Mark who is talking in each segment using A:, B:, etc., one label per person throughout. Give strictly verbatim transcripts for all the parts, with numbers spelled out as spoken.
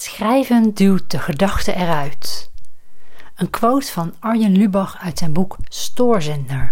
A: Schrijven duwt de gedachte eruit. Een quote van Arjen Lubach uit zijn boek Stoorzender.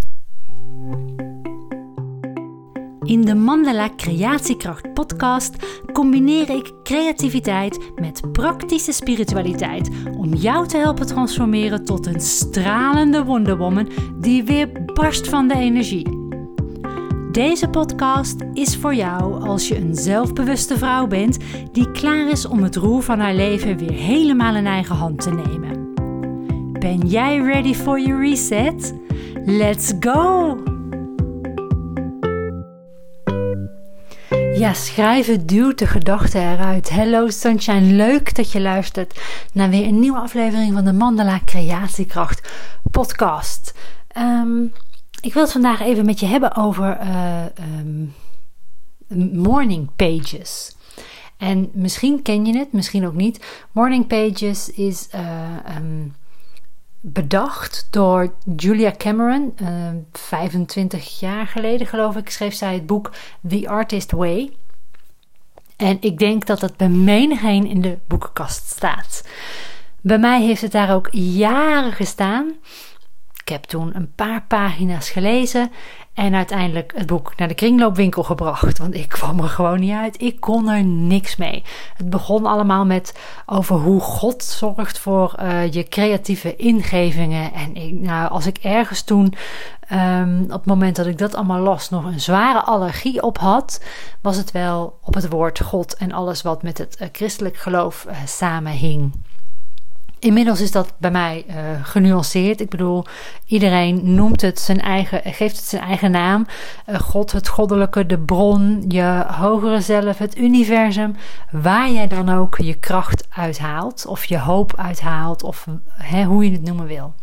A: In de Mandala Creatiekracht podcast combineer ik creativiteit met praktische spiritualiteit om jou te helpen transformeren tot een stralende Wonder Woman die weer barst van de energie. Deze podcast is voor jou als je een zelfbewuste vrouw bent die klaar is om het roer van haar leven weer helemaal in eigen hand te nemen. Ben jij ready for your reset? Let's go! Ja, schrijven duwt de gedachte eruit. Hello Sunshine, leuk dat je luistert naar weer een nieuwe aflevering van de Mandala Creatiekracht podcast. Um, ik wil het vandaag even met je hebben over uh, um, morning pages. En misschien ken je het, misschien ook niet. Morning pages is uh, um, bedacht door Julia Cameron. Uh, vijfentwintig jaar geleden, geloof ik, schreef zij het boek The Artist Way. En ik denk dat het bij menigeen in de boekenkast staat. Bij mij heeft het daar ook jaren gestaan. Ik heb toen een paar pagina's gelezen en uiteindelijk het boek naar de kringloopwinkel gebracht. Want ik kwam er gewoon niet uit. Ik kon er niks mee. Het begon allemaal met over hoe God zorgt voor uh, je creatieve ingevingen. En ik, nou, als ik ergens toen, um, op het moment dat ik dat allemaal las, nog een zware allergie op had, was het wel op het woord God en alles wat met het uh, christelijk geloof uh, samenhing. Inmiddels is dat bij mij uh, genuanceerd. Ik bedoel, iedereen noemt het zijn eigen, geeft het zijn eigen naam. Uh, God, het goddelijke, de bron, je hogere zelf, het universum. Waar jij dan ook je kracht uithaalt. Of je hoop uithaalt. Of hè, hoe je het noemen wil.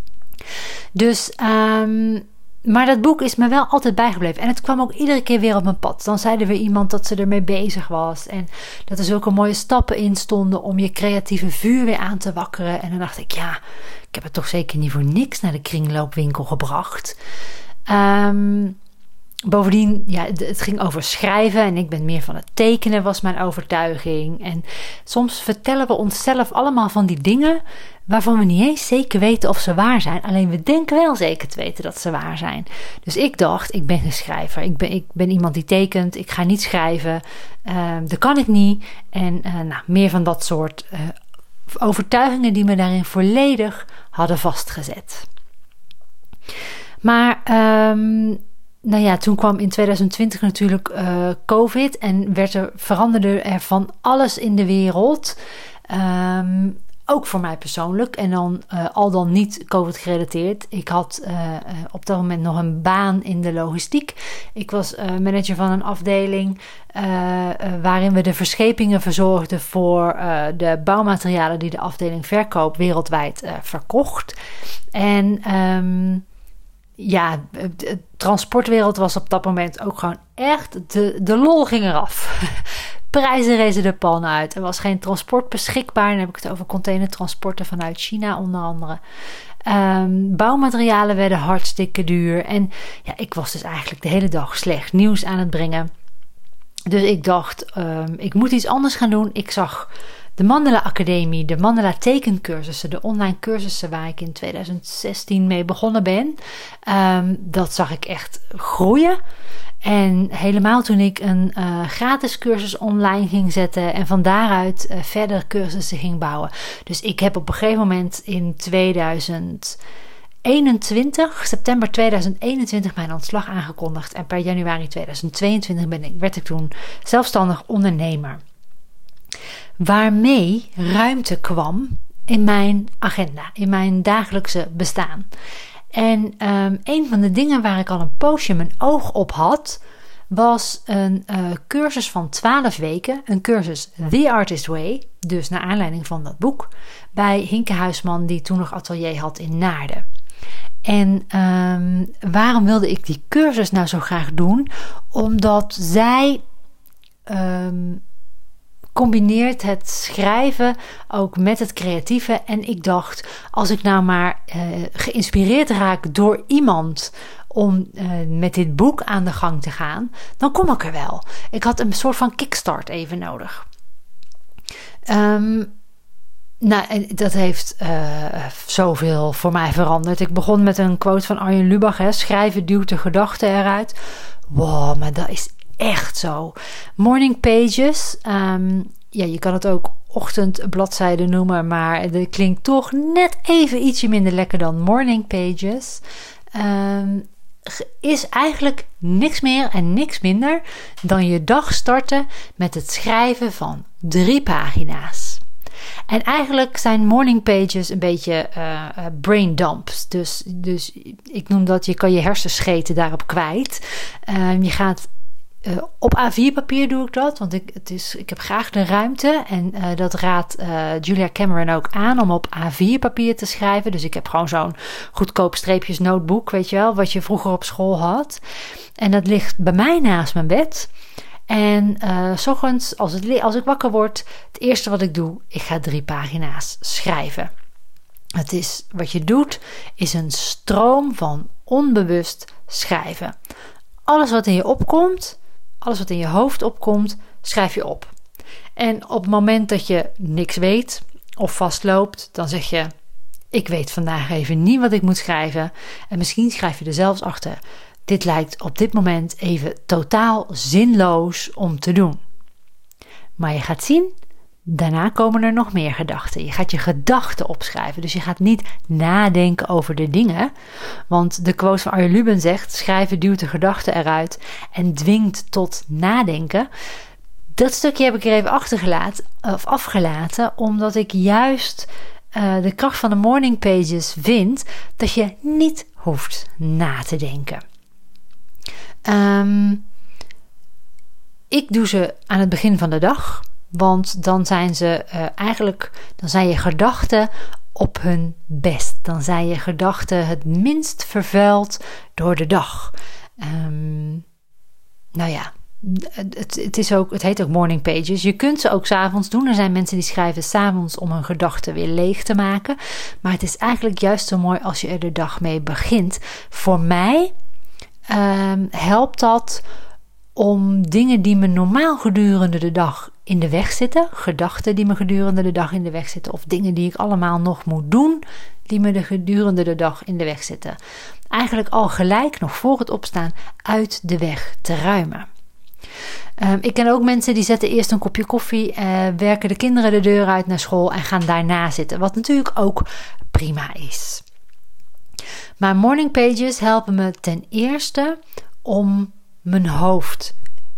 A: Dus, um, maar dat boek is me wel altijd bijgebleven. En het kwam ook iedere keer weer op mijn pad. Dan zei er weer iemand dat ze ermee bezig was. En dat er zulke mooie stappen in stonden om je creatieve vuur weer aan te wakkeren. En dan dacht ik, ja, ik heb het toch zeker niet voor niks naar de kringloopwinkel gebracht. Um, bovendien, ja, het ging over schrijven. En ik ben meer van het tekenen, was mijn overtuiging. En soms vertellen we onszelf allemaal van die dingen waarvan we niet eens zeker weten of ze waar zijn. Alleen we denken wel zeker te weten dat ze waar zijn. Dus ik dacht, ik ben geen schrijver. Ik ben, ik ben iemand die tekent. Ik ga niet schrijven. Uh, dat kan ik niet. En uh, nou, meer van dat soort uh, overtuigingen die me daarin volledig hadden vastgezet. Maar Um, Nou ja, toen kwam in tweeduizend twintig natuurlijk uh, COVID en werd er, veranderde er van alles in de wereld. Um, ook voor mij persoonlijk en dan uh, al dan niet COVID gerelateerd. Ik had uh, uh, op dat moment nog een baan in de logistiek. Ik was uh, manager van een afdeling uh, uh, waarin we de verschepingen verzorgden voor uh, de bouwmaterialen die de afdeling verkoop wereldwijd uh, verkocht. En Um, Ja, de transportwereld was op dat moment ook gewoon echt, de, de lol ging eraf. Prijzen rezen de pan uit. Er was geen transport beschikbaar. Dan heb ik het over containertransporten vanuit China onder andere. Um, bouwmaterialen werden hartstikke duur. En ja, ik was dus eigenlijk de hele dag slecht nieuws aan het brengen. Dus ik dacht, um, ik moet iets anders gaan doen. Ik zag de Mandala Academie, de Mandala tekencursussen, de online cursussen waar ik in tweeduizend zestien mee begonnen ben. Um, dat zag ik echt groeien. En helemaal toen ik een uh, gratis cursus online ging zetten en van daaruit uh, verder cursussen ging bouwen. Dus ik heb op een gegeven moment in tweeduizend eenentwintig, september tweeduizend eenentwintig, mijn ontslag aangekondigd. En per januari tweeduizend tweeëntwintig ben ik, werd ik toen zelfstandig ondernemer. Waarmee ruimte kwam in mijn agenda, in mijn dagelijkse bestaan. En um, een van de dingen waar ik al een poosje mijn oog op had, was een uh, cursus van twaalf weken. Een cursus The Artist Way, dus naar aanleiding van dat boek, bij Hinke Huisman, die toen nog atelier had in Naarden. En um, waarom wilde ik die cursus nou zo graag doen? Omdat zij Um, combineert het schrijven ook met het creatieve. En ik dacht, als ik nou maar uh, geïnspireerd raak door iemand om uh, met dit boek aan de gang te gaan, dan kom ik er wel. Ik had een soort van kickstart even nodig. Um, nou, dat heeft uh, zoveel voor mij veranderd. Ik begon met een quote van Arjen Lubach. Hè, schrijven duwt de gedachten eruit. Wow, maar dat is echt zo. Morning pages. Um, ja, je kan het ook ochtendbladzijden noemen, maar het klinkt toch net even ietsje minder lekker dan morning pages. Um, is eigenlijk niks meer en niks minder dan je dag starten met het schrijven van drie pagina's. En eigenlijk zijn morning pages een beetje uh, brain dumps. Dus, dus ik noem dat, je kan je hersenscheten daarop kwijt. Uh, je gaat Uh, op A vier papier doe ik dat, want ik, het is, ik heb graag de ruimte. En uh, dat raadt uh, Julia Cameron ook aan om op A vier papier te schrijven. Dus ik heb gewoon zo'n goedkoop streepjes notebook, weet je wel, wat je vroeger op school had. En dat ligt bij mij naast mijn bed. En uh, 's ochtends, als, het, als ik wakker word, het eerste wat ik doe, ik ga drie pagina's schrijven. Het is, wat je doet, is een stroom van onbewust schrijven. Alles wat in je opkomt, alles wat in je hoofd opkomt, schrijf je op. En op het moment dat je niks weet of vastloopt, dan zeg je, ik weet vandaag even niet wat ik moet schrijven. En misschien schrijf je er zelfs achter, dit lijkt op dit moment even totaal zinloos om te doen. Maar je gaat zien, daarna komen er nog meer gedachten. Je gaat je gedachten opschrijven. Dus je gaat niet nadenken over de dingen. Want de quote van Arjen Lubach zegt, schrijven duwt de gedachten eruit en dwingt tot nadenken. Dat stukje heb ik er even achtergelaten, of afgelaten, omdat ik juist uh, de kracht van de morning pages vind dat je niet hoeft na te denken. Um, ik doe ze aan het begin van de dag. Want dan zijn ze uh, eigenlijk, dan zijn je gedachten op hun best. Dan zijn je gedachten het minst vervuild door de dag. Um, nou ja, het, het, is ook, het heet ook morning pages. Je kunt ze ook 's avonds doen. Er zijn mensen die schrijven 's avonds om hun gedachten weer leeg te maken. Maar het is eigenlijk juist zo mooi als je er de dag mee begint. Voor mij um, helpt dat om dingen die me normaal gedurende de dag in de weg zitten, gedachten die me gedurende de dag in de weg zitten, of dingen die ik allemaal nog moet doen, die me de gedurende de dag in de weg zitten, eigenlijk al gelijk nog voor het opstaan uit de weg te ruimen. Um, ik ken ook mensen die zetten eerst een kopje koffie, uh, werken de kinderen de deur uit naar school en gaan daarna zitten, wat natuurlijk ook prima is. Maar morning pages helpen me ten eerste om mijn hoofd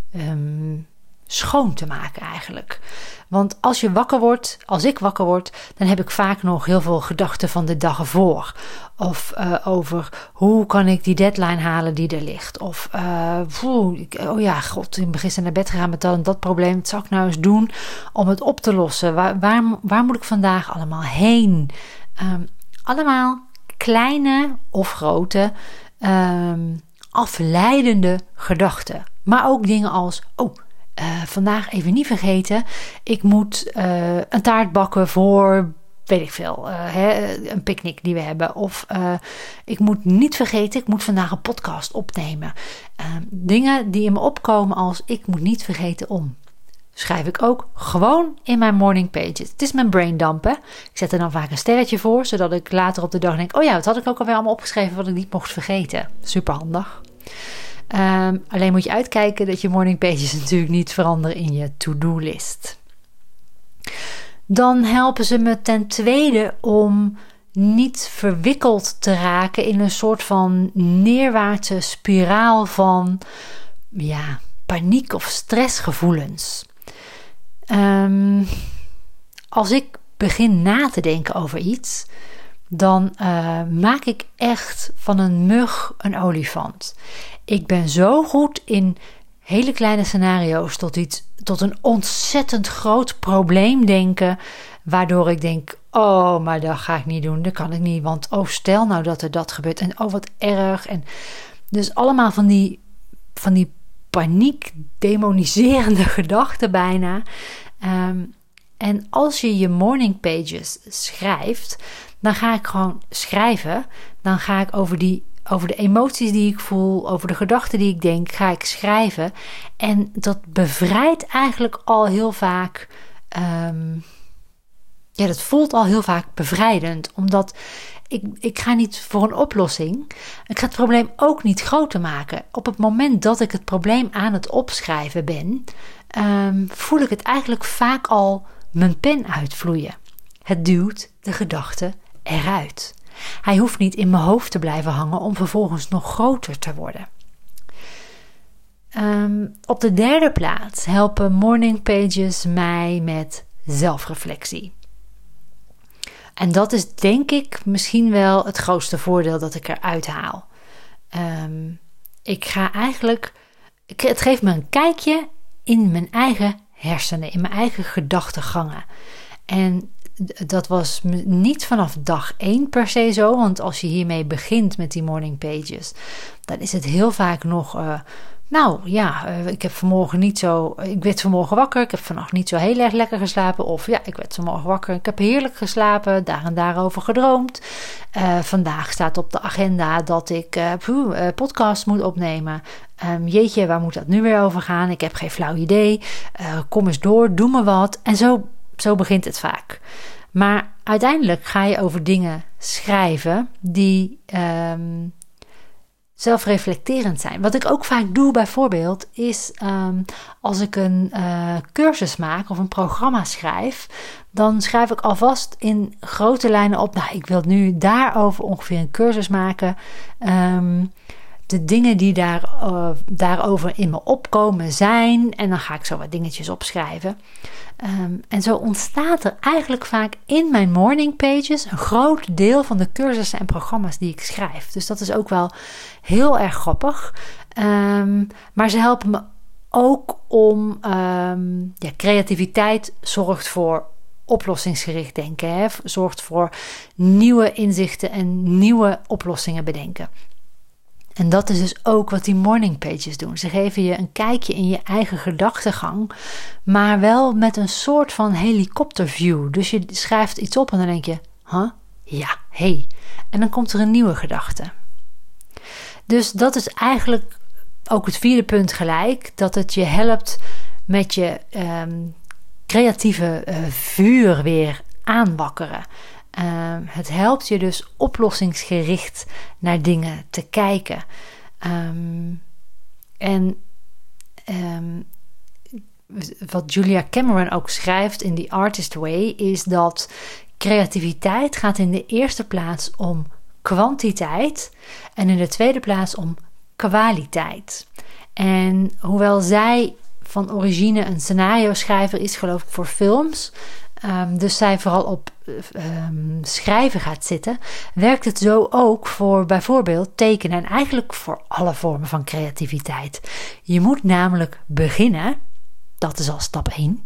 A: um, schoon te maken eigenlijk. Want als je wakker wordt, als ik wakker word, dan heb ik vaak nog heel veel gedachten van de dag ervoor. Of uh, over hoe kan ik die deadline halen die er ligt. Of uh, woe, ik, oh ja, god, ik ben gisteren naar bed gegaan met dat, dat probleem. Wat zou ik nou eens doen om het op te lossen? Waar, waar, waar moet ik vandaag allemaal heen? Um, allemaal kleine of grote um, afleidende gedachten. Maar ook dingen als, oh, uh, vandaag even niet vergeten, ik moet uh, een taart bakken voor, weet ik veel, uh, hè, een picknick die we hebben. Of uh, ik moet niet vergeten, ik moet vandaag een podcast opnemen. Uh, dingen die in me opkomen als, ik moet niet vergeten om. Schrijf ik ook gewoon in mijn morning pages. Het is mijn brain dump, hè. Ik zet er dan vaak een sterretje voor, zodat ik later op de dag denk, oh ja, wat had ik ook alweer allemaal opgeschreven wat ik niet mocht vergeten. Super handig. Um, alleen moet je uitkijken dat je morning pages natuurlijk niet veranderen in je to-do-list. Dan helpen ze me ten tweede om niet verwikkeld te raken in een soort van neerwaartse spiraal van ja, paniek of stressgevoelens. Um, als ik begin na te denken over iets, dan uh, maak ik echt van een mug een olifant. Ik ben zo goed in hele kleine scenario's tot iets, tot een ontzettend groot probleem denken, waardoor ik denk, oh, maar dat ga ik niet doen, dat kan ik niet, want oh, stel nou dat er dat gebeurt en oh, wat erg. En dus allemaal van die, van die paniek, demoniserende gedachten bijna. Um, en als je je morning pages schrijft, dan ga ik gewoon schrijven. Dan ga ik over, die, over de emoties die ik voel, over de gedachten die ik denk, ga ik schrijven. En dat bevrijdt eigenlijk al heel vaak Um, ja, dat voelt al heel vaak bevrijdend. Omdat ik, ik ga niet voor een oplossing. Ik ga het probleem ook niet groter maken. Op het moment dat ik het probleem aan het opschrijven ben, um, voel ik het eigenlijk vaak al mijn pen uitvloeien. Het duwt de gedachte eruit. Hij hoeft niet in mijn hoofd te blijven hangen om vervolgens nog groter te worden. Um, op de derde plaats helpen morning pages mij met zelfreflectie. En dat is denk ik misschien wel het grootste voordeel dat ik eruit haal. Um, ik ga eigenlijk, ik, het geeft me een kijkje in mijn eigen hersenen, in mijn eigen gedachtegangen. En dat was niet vanaf dag één per se zo, want als je hiermee begint met die morning pages, dan is het heel vaak nog, uh, nou ja, uh, ik heb vanmorgen niet zo, ik werd vanmorgen wakker, ik heb vannacht niet zo heel erg lekker geslapen, of ja, ik werd vanmorgen wakker, ik heb heerlijk geslapen, daar en daarover gedroomd. Uh, vandaag staat op de agenda dat ik uh, uh, podcast moet opnemen. Um, jeetje, waar moet dat nu weer over gaan? Ik heb geen flauw idee. Uh, kom eens door, doe me wat. En zo, zo begint het vaak. Maar uiteindelijk ga je over dingen schrijven die um, zelfreflecterend zijn. Wat ik ook vaak doe bijvoorbeeld is um, als ik een uh, cursus maak of een programma schrijf, dan schrijf ik alvast in grote lijnen op, nou, ik wil nu daarover ongeveer een cursus maken. Um, de dingen die daar, uh, daarover in me opkomen zijn. En dan ga ik zo wat dingetjes opschrijven. Um, en zo ontstaat er eigenlijk vaak in mijn morning pages een groot deel van de cursussen en programma's die ik schrijf. Dus dat is ook wel heel erg grappig. Um, maar ze helpen me ook om... Um, ja, creativiteit zorgt voor oplossingsgericht denken. Hè? Zorgt voor nieuwe inzichten en nieuwe oplossingen bedenken. En dat is dus ook wat die morning pages doen. Ze geven je een kijkje in je eigen gedachtegang, maar wel met een soort van helikopterview. Dus je schrijft iets op en dan denk je, huh? Ja, hey. En dan komt er een nieuwe gedachte. Dus dat is eigenlijk ook het vierde punt gelijk, dat het je helpt met je um, creatieve uh, vuur weer aanwakkeren. Uh, het helpt je dus oplossingsgericht naar dingen te kijken. Um, en um, wat Julia Cameron ook schrijft in The Artist Way is dat creativiteit gaat in de eerste plaats om kwantiteit en in de tweede plaats om kwaliteit. En hoewel zij van origine een scenario schrijver is, geloof ik, voor films, Um, dus zij vooral op um, schrijven gaat zitten, werkt het zo ook voor bijvoorbeeld tekenen en eigenlijk voor alle vormen van creativiteit. Je moet namelijk beginnen, dat is al stap één.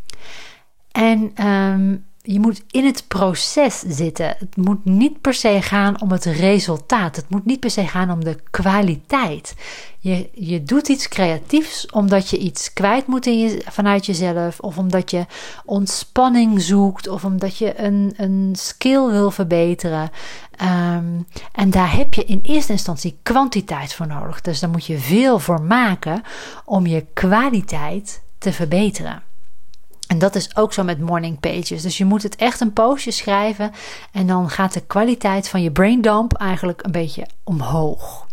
A: En um, je moet in het proces zitten. Het moet niet per se gaan om het resultaat. Het moet niet per se gaan om de kwaliteit. Je, je doet iets creatiefs omdat je iets kwijt moet in je, vanuit jezelf. Of omdat je ontspanning zoekt. Of omdat je een, een skill wil verbeteren. Um, en daar heb je in eerste instantie kwantiteit voor nodig. Dus daar moet je veel voor maken om je kwaliteit te verbeteren. En dat is ook zo met morning pages. Dus je moet het echt een poosje schrijven en dan gaat de kwaliteit van je braindump eigenlijk een beetje omhoog.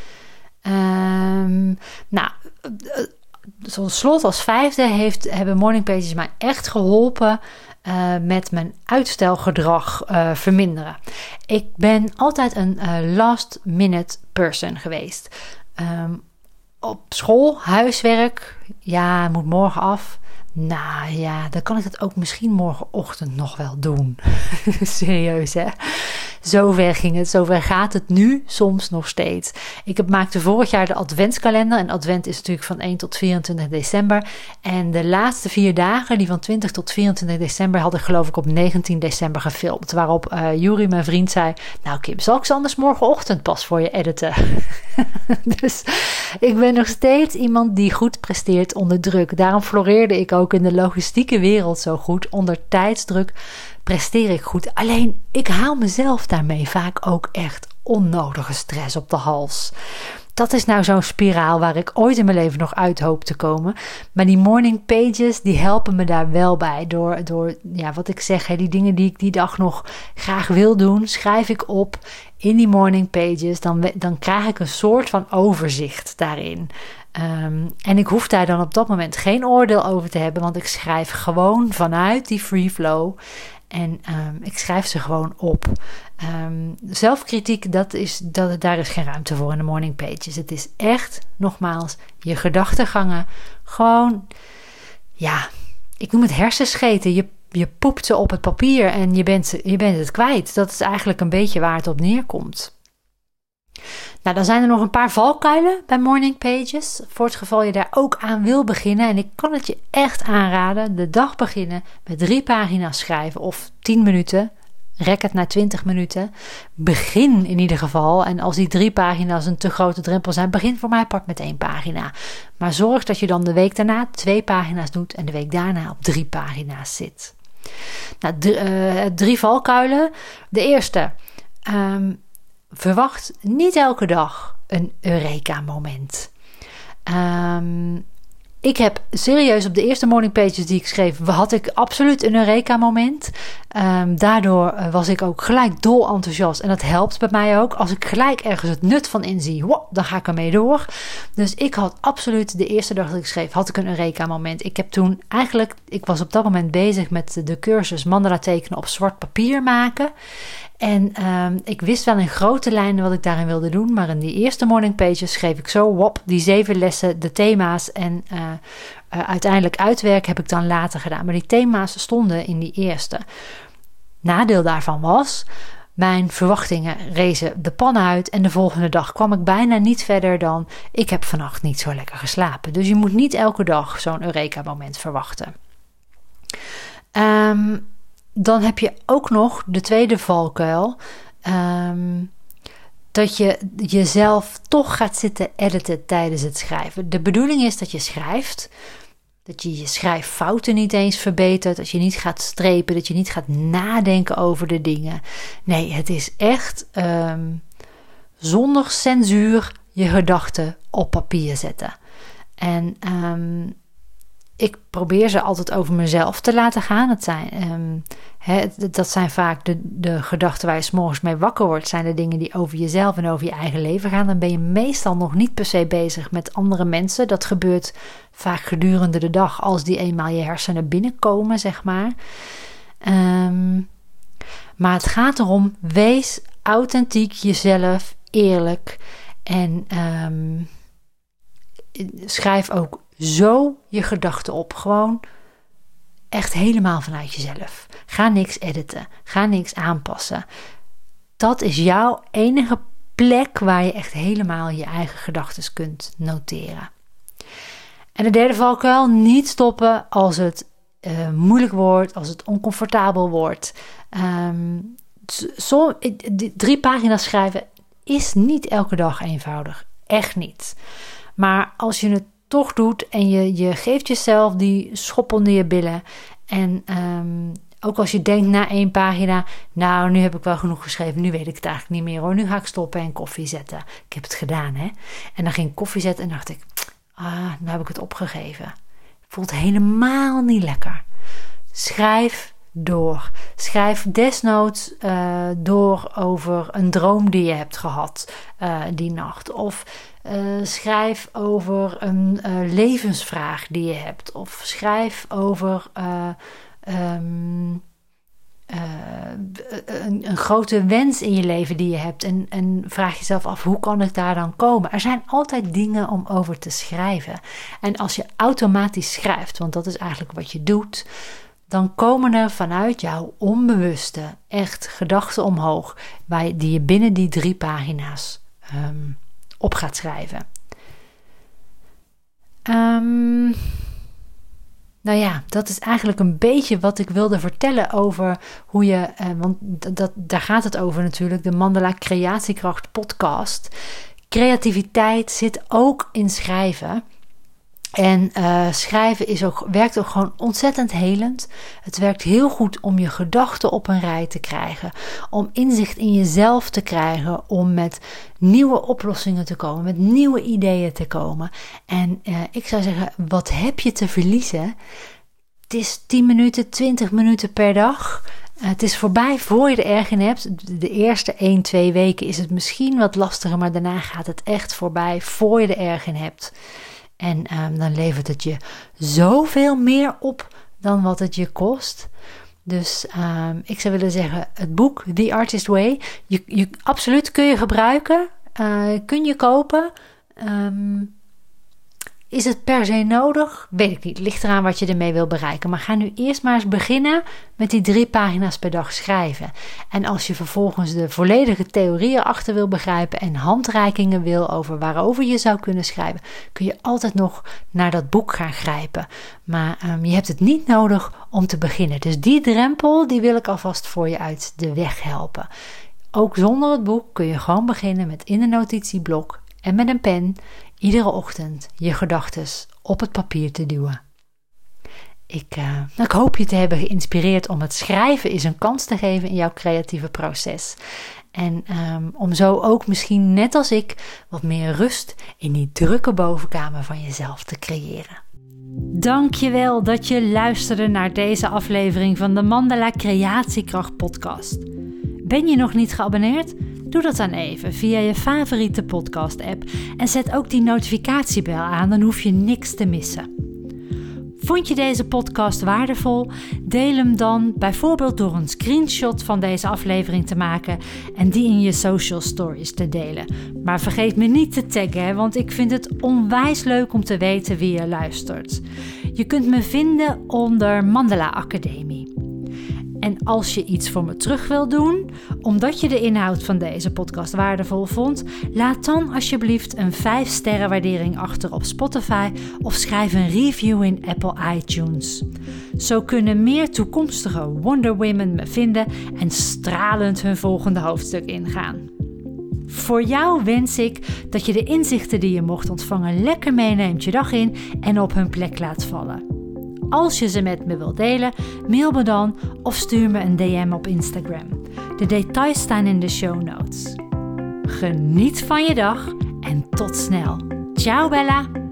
A: Um, nou, tot slot als vijfde heeft, hebben morning pages mij echt geholpen uh, met mijn uitstelgedrag uh, verminderen. Ik ben altijd een uh, last minute person geweest. Um, op school, huiswerk, ja, moet morgen af. Nou ja, dan kan ik het ook misschien morgenochtend nog wel doen. Serieus, hè? Zover ging het, zover gaat het nu soms nog steeds. Ik heb, maakte vorig jaar de adventskalender. En advent is natuurlijk van één tot vierentwintig december. En de laatste vier dagen, die van twintig tot vierentwintig december, had ik geloof ik op negentien december gefilmd. Waarop uh, Juri, mijn vriend, zei, nou Kim, zal ik ze anders morgenochtend pas voor je editen? Dus ik ben nog steeds iemand die goed presteert onder druk. Daarom floreerde ik ook in de logistieke wereld zo goed. Onder tijdsdruk presteer ik goed. Alleen, ik haal mezelf daarmee vaak ook echt onnodige stress op de hals. dat is nou zo'n spiraal waar ik ooit in mijn leven nog uit hoop te komen. Maar die morning pages, die helpen me daar wel bij. Door, door ja, wat ik zeg, hè, die dingen die ik die dag nog graag wil doen, schrijf ik op in die morning pages. Dan, dan krijg ik een soort van overzicht daarin. Um, en ik hoef daar dan op dat moment geen oordeel over te hebben, want ik schrijf gewoon vanuit die free flow. En um, ik schrijf ze gewoon op. Um, zelfkritiek, dat is, dat, daar is geen ruimte voor in de morning pages. Het is echt, nogmaals, je gedachtegangen. Gewoon, ja, ik noem het hersenscheten. Je, je poept ze op het papier en je bent, je bent het kwijt. Dat is eigenlijk een beetje waar het op neerkomt. Nou, dan zijn er nog een paar valkuilen bij morning pages. Voor het geval je daar ook aan wil beginnen. En ik kan het je echt aanraden. De dag beginnen met drie pagina's schrijven of tien minuten. Rek het naar twintig minuten. Begin in ieder geval. En als die drie pagina's een te grote drempel zijn, begin voor mij part met één pagina. Maar zorg dat je dan de week daarna twee pagina's doet en de week daarna op drie pagina's zit. Nou, d- uh, drie valkuilen. De eerste. Um, Verwacht niet elke dag een Eureka-moment. Um, ik heb serieus op de eerste morning pages die ik schreef, had ik absoluut een Eureka-moment. Um, daardoor was ik ook gelijk dol enthousiast. En dat helpt bij mij ook. Als ik gelijk ergens het nut van inzie, wow, dan ga ik ermee door. Dus ik had absoluut de eerste dag dat ik schreef, had ik een Eureka-moment. Ik heb toen eigenlijk, ik was op dat moment bezig met de cursus mandala tekenen op zwart papier maken. En um, ik wist wel in grote lijnen wat ik daarin wilde doen. Maar in die eerste morning pages schreef ik zo, wop, die zeven lessen, de thema's. En uh, uh, uiteindelijk uitwerken heb ik dan later gedaan. Maar die thema's stonden in die eerste. Nadeel daarvan was, mijn verwachtingen rezen de pan uit. En de volgende dag kwam ik bijna niet verder dan, ik heb vannacht niet zo lekker geslapen. Dus je moet niet elke dag zo'n Eureka-moment verwachten. Um, Dan heb je ook nog de tweede valkuil. Um, dat je jezelf toch gaat zitten editen tijdens het schrijven. De bedoeling is dat je schrijft. Dat je je schrijffouten niet eens verbetert. Dat je niet gaat strepen. Dat je niet gaat nadenken over de dingen. Nee, het is echt um, zonder censuur je gedachten op papier zetten. En um, ik probeer ze altijd over mezelf te laten gaan. Dat zijn, um, he, dat zijn vaak de, de gedachten waar je 's morgens mee wakker wordt. Zijn de dingen die over jezelf en over je eigen leven gaan. Dan ben je meestal nog niet per se bezig met andere mensen. Dat gebeurt vaak gedurende de dag als die eenmaal je hersenen binnenkomen, zeg maar. Um, maar het gaat erom, wees authentiek jezelf, eerlijk. En um, schrijf ook zo je gedachten op. Gewoon echt helemaal vanuit jezelf. Ga niks editen. Ga niks aanpassen. Dat is jouw enige plek waar je echt helemaal je eigen gedachten kunt noteren. En de derde valkuil, niet stoppen als het uh, moeilijk wordt, als het oncomfortabel wordt. Um, zo, drie pagina's schrijven is niet elke dag eenvoudig. Echt niet. Maar als je het toch doet en je, je geeft jezelf die schop onder je billen. En um, ook als je denkt na één pagina, nou, nu heb ik wel genoeg geschreven, nu weet ik het eigenlijk niet meer hoor. Nu ga ik stoppen en koffie zetten. Ik heb het gedaan, hè. En dan ging ik koffie zetten en dacht ik, ah, nu heb ik het opgegeven. Voelt helemaal niet lekker. Schrijf door. Schrijf desnoods uh, door over een droom die je hebt gehad uh, die nacht. Of uh, schrijf over een uh, levensvraag die je hebt. Of schrijf over uh, um, uh, een, een grote wens in je leven die je hebt. En, en vraag jezelf af, hoe kan ik daar dan komen? Er zijn altijd dingen om over te schrijven. En als je automatisch schrijft, want dat is eigenlijk wat je doet, dan komen er vanuit jouw onbewuste echt gedachten omhoog, waar je, die je binnen die drie pagina's um, op gaat schrijven. Um, nou ja, dat is eigenlijk een beetje wat ik wilde vertellen over hoe je, uh, want dat, daar gaat het over natuurlijk, de Mandala Creatiekracht podcast. Creativiteit zit ook in schrijven. En uh, schrijven is ook, werkt ook gewoon ontzettend helend. Het werkt heel goed om je gedachten op een rij te krijgen. Om inzicht in jezelf te krijgen. Om met nieuwe oplossingen te komen. Met nieuwe ideeën te komen. En uh, ik zou zeggen, wat heb je te verliezen? Het is tien minuten, twintig minuten per dag. Uh, het is voorbij voor je er erg in hebt. De eerste één, twee weken is het misschien wat lastiger. Maar daarna gaat het echt voorbij voor je er erg in hebt. En um, dan levert het je zoveel meer op dan wat het je kost. Dus um, ik zou willen zeggen, het boek The Artist Way, je, je, absoluut kun je gebruiken, uh, kun je kopen. Um, is het per se nodig? Weet ik niet, ligt eraan wat je ermee wil bereiken. Maar ga nu eerst maar eens beginnen met die drie pagina's per dag schrijven. En als je vervolgens de volledige theorie erachter wil begrijpen en handreikingen wil over waarover je zou kunnen schrijven, kun je altijd nog naar dat boek gaan grijpen. Maar um, je hebt het niet nodig om te beginnen. Dus die drempel, die wil ik alvast voor je uit de weg helpen. Ook zonder het boek kun je gewoon beginnen met in een notitieblok en met een pen iedere ochtend je gedachtes op het papier te duwen. Ik, uh, ik hoop je te hebben geïnspireerd om het schrijven eens een kans te geven in jouw creatieve proces. En um, om zo ook misschien net als ik wat meer rust in die drukke bovenkamer van jezelf te creëren. Dankjewel dat je luisterde naar deze aflevering van de Mandala Creatiekracht podcast. Ben je nog niet geabonneerd? Doe dat dan even via je favoriete podcast-app en zet ook die notificatiebel aan, dan hoef je niks te missen. Vond je deze podcast waardevol? Deel hem dan bijvoorbeeld door een screenshot van deze aflevering te maken en die in je social stories te delen. Maar vergeet me niet te taggen, want ik vind het onwijs leuk om te weten wie je luistert. Je kunt me vinden onder Mandala Academie. En als je iets voor me terug wil doen, omdat je de inhoud van deze podcast waardevol vond, laat dan alsjeblieft een vijf sterren waardering achter op Spotify of schrijf een review in Apple iTunes. Zo kunnen meer toekomstige Wonder Women me vinden en stralend hun volgende hoofdstuk ingaan. Voor jou wens ik dat je de inzichten die je mocht ontvangen lekker meeneemt je dag in en op hun plek laat vallen. Als je ze met me wilt delen, mail me dan of stuur me een D M op Instagram. De details staan in de show notes. Geniet van je dag en tot snel. Ciao Bella!